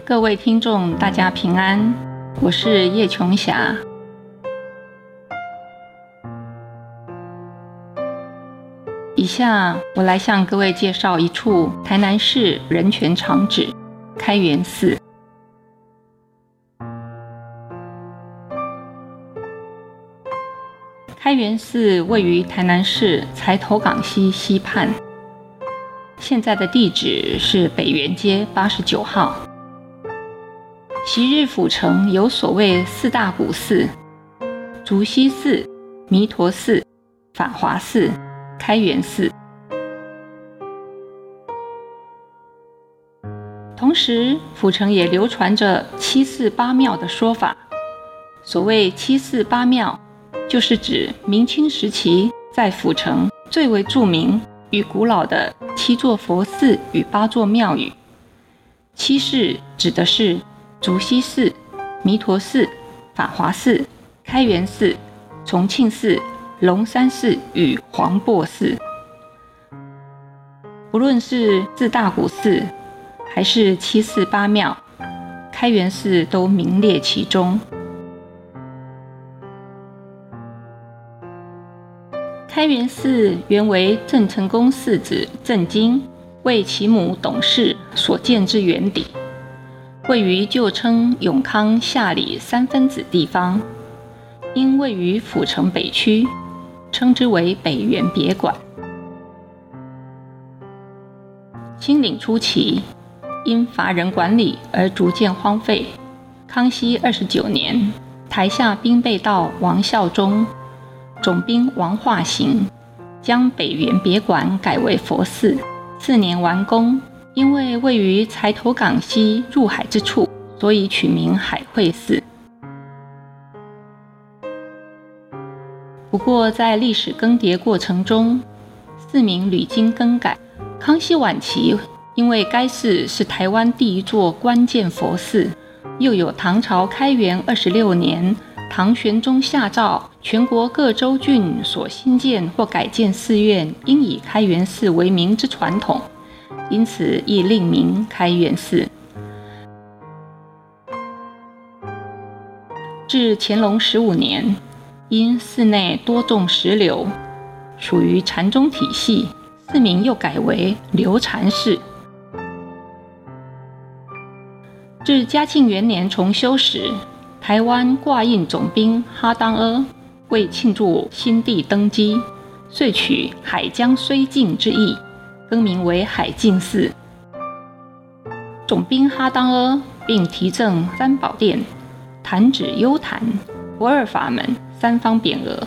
各位听众，大家平安，我是叶琼霞。以下我来向各位介绍一处台南市人权长址开元寺。开元寺位于台南市柴头港溪西畔，现在的地址是北园街89号。昔日府城有所谓四大古寺：竹溪寺、弥陀寺、法华寺、开元寺。同时，府城也流传着七寺八庙的说法。所谓七寺八庙，就是指明清时期在府城最为著名与古老的7座佛寺与8座庙宇。七寺指的是竹溪寺、弥陀寺、法华寺、开元寺、重庆寺、龙山寺与黄檗寺。不论是四大古寺还是七寺八庙，开元寺都名列其中。开元寺原为郑成功四子郑经为其母董氏所建之园邸，位于旧称永康下里三分子地方，因位于府城北区，称之为北园别馆。清领初期，因乏人管理而逐渐荒废。康熙29年，台下兵备道王孝忠、总兵王化行将北园别馆改为佛寺，4年完工。因为位于柴头港溪入海之处，所以取名海会寺。不过在历史更迭过程中，寺名屡经更改。康熙晚期，因为该寺是台湾第一座关键佛寺，又有唐朝开元26年唐玄宗下诏，全国各州郡所新建或改建寺院应以开元寺为名之传统，因此亦另名开元寺。至乾隆15年，因寺内多种石榴，属于禅宗体系，寺名又改为流禅寺。至嘉庆元年重修时，台湾挂印总兵哈当阿为庆祝新帝登基，遂取海江绥靖之意，更名为海静寺。总兵哈当阿并提赠3宝殿、弹指幽坛、不二法门3方匾额。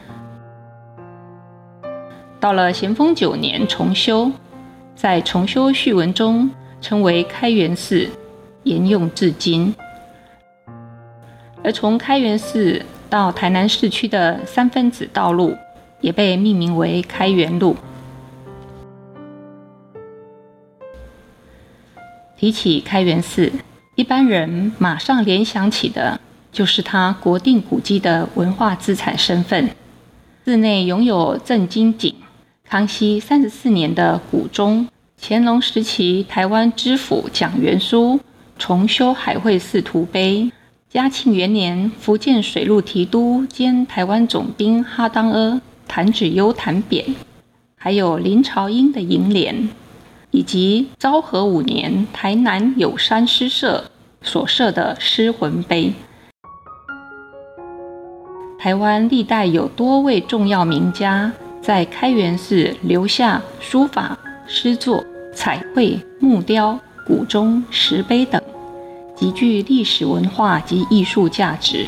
到了咸丰9年重修，在重修序文中称为开元寺，沿用至今。而从开元寺到台南市区的3分子道路也被命名为开元路。提起开元寺，一般人马上联想起的就是它国定古迹的文化资产身份。寺内拥有郑经井、康熙34年的古钟、乾隆时期台湾知府蒋元枢重修海会寺图碑、嘉庆元年福建水陆提督兼台湾总兵哈当阿弹指幽坛匾，还有林朝英的楹联，以及昭和5年台南有山诗社所设的诗魂碑。台湾历代有多位重要名家在开元寺留下书法、诗作、彩绘、木雕、古钟、石碑等，极具历史文化及艺术价值。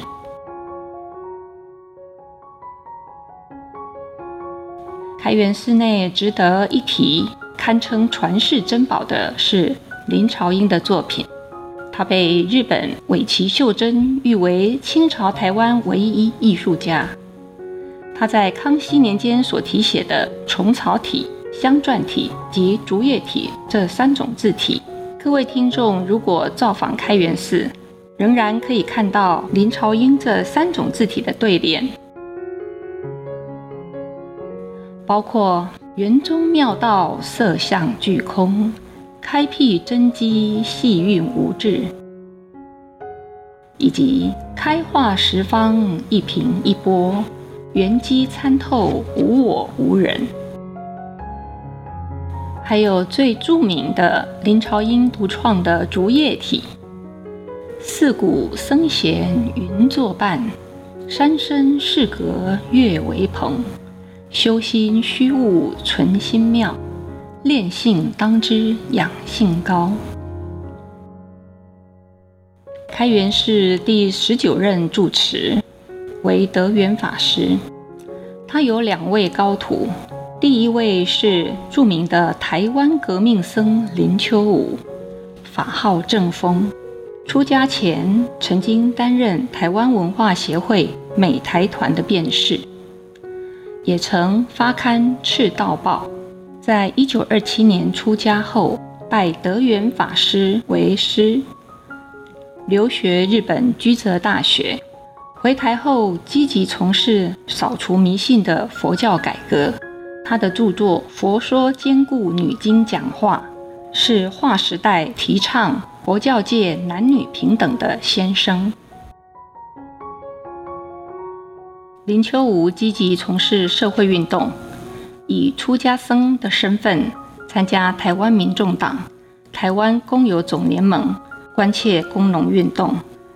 开元寺内值得一提，堪称传世珍宝的是林朝英的作品。他被日本尾崎秀珍誉为清朝台湾唯一艺术家。他在康熙年间所题写的虫草体、香篆体及竹叶体这3种字体，各位听众如果造访开元寺，仍然可以看到林朝英这3种字体的对联，包括园中妙道色相俱空， 开辟真机细韵无滞，以及开化十方一平一波，圆机参透无我无人。还有最著名的林朝英独创的竹叶体，四鼓僧弦云作伴，山深士阁月为棚，修心虚悟存心妙，炼性当知养性高。开元寺第19任住持为德源法师，他有2位高徒，第一位是著名的台湾革命僧林秋武，法号正风，出家前曾经担任台湾文化协会美台团的辩士，也曾发刊《赤道报》。在1927年出家后，拜德源法师为师，留学日本居泽大学。回台后积极从事扫除迷信的佛教改革。他的著作《佛说兼顾女经讲话》是划时代提倡佛教界男女平等的先声。林秋武积极从事社会运动，以出家僧的身份参加台湾民众党、台湾工友总联盟，关切工农运动。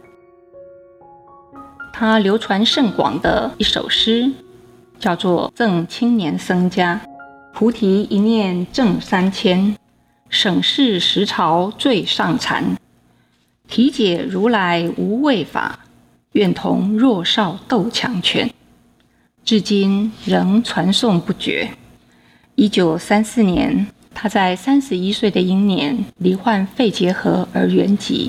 他流传甚广的一首诗叫做《赠青年僧家》，菩提一念正3000，省事时朝最上禅。体解如来无畏法，愿同弱少斗强权。至今仍传颂不绝。1934年，他在31岁的英年罹患肺结核而圆寂。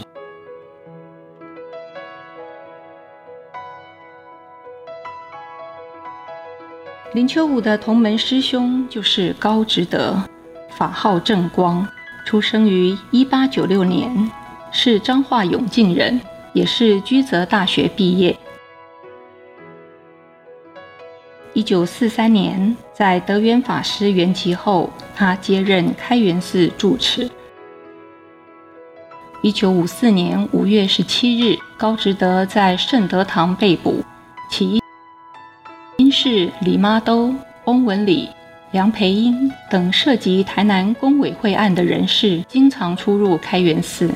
林秋武的同门师兄就是高直德，法号正光，出生于1896年，是彰化永靖人，也是居泽大学毕业。1943年，在德源法师圆寂后，他接任开元寺住持。1954年5月17日，高直德在圣德堂被捕，其因是李妈兜、翁文礼、梁培英等涉及台南公委会案的人士，经常出入开元寺，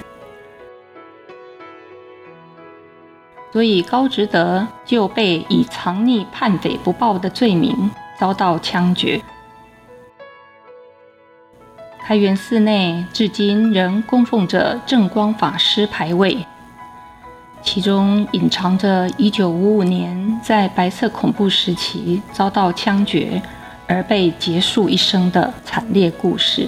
所以高直德就被以藏匿叛匪不报的罪名遭到枪决。开元寺内至今仍供奉着正光法师牌位，其中隐藏着1955年在白色恐怖时期遭到枪决而被结束一生的惨烈故事。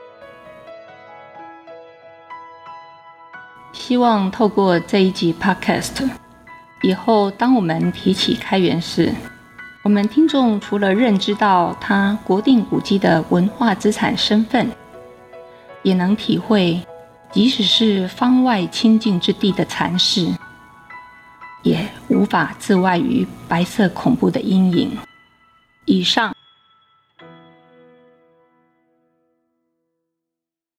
希望透过这一集 Podcast， 以后当我们提起开元寺，我们听众除了认知到它国定古迹的文化资产身份，也能体会即使是方外清净之地的禅室，也无法自外于白色恐怖的阴影。以上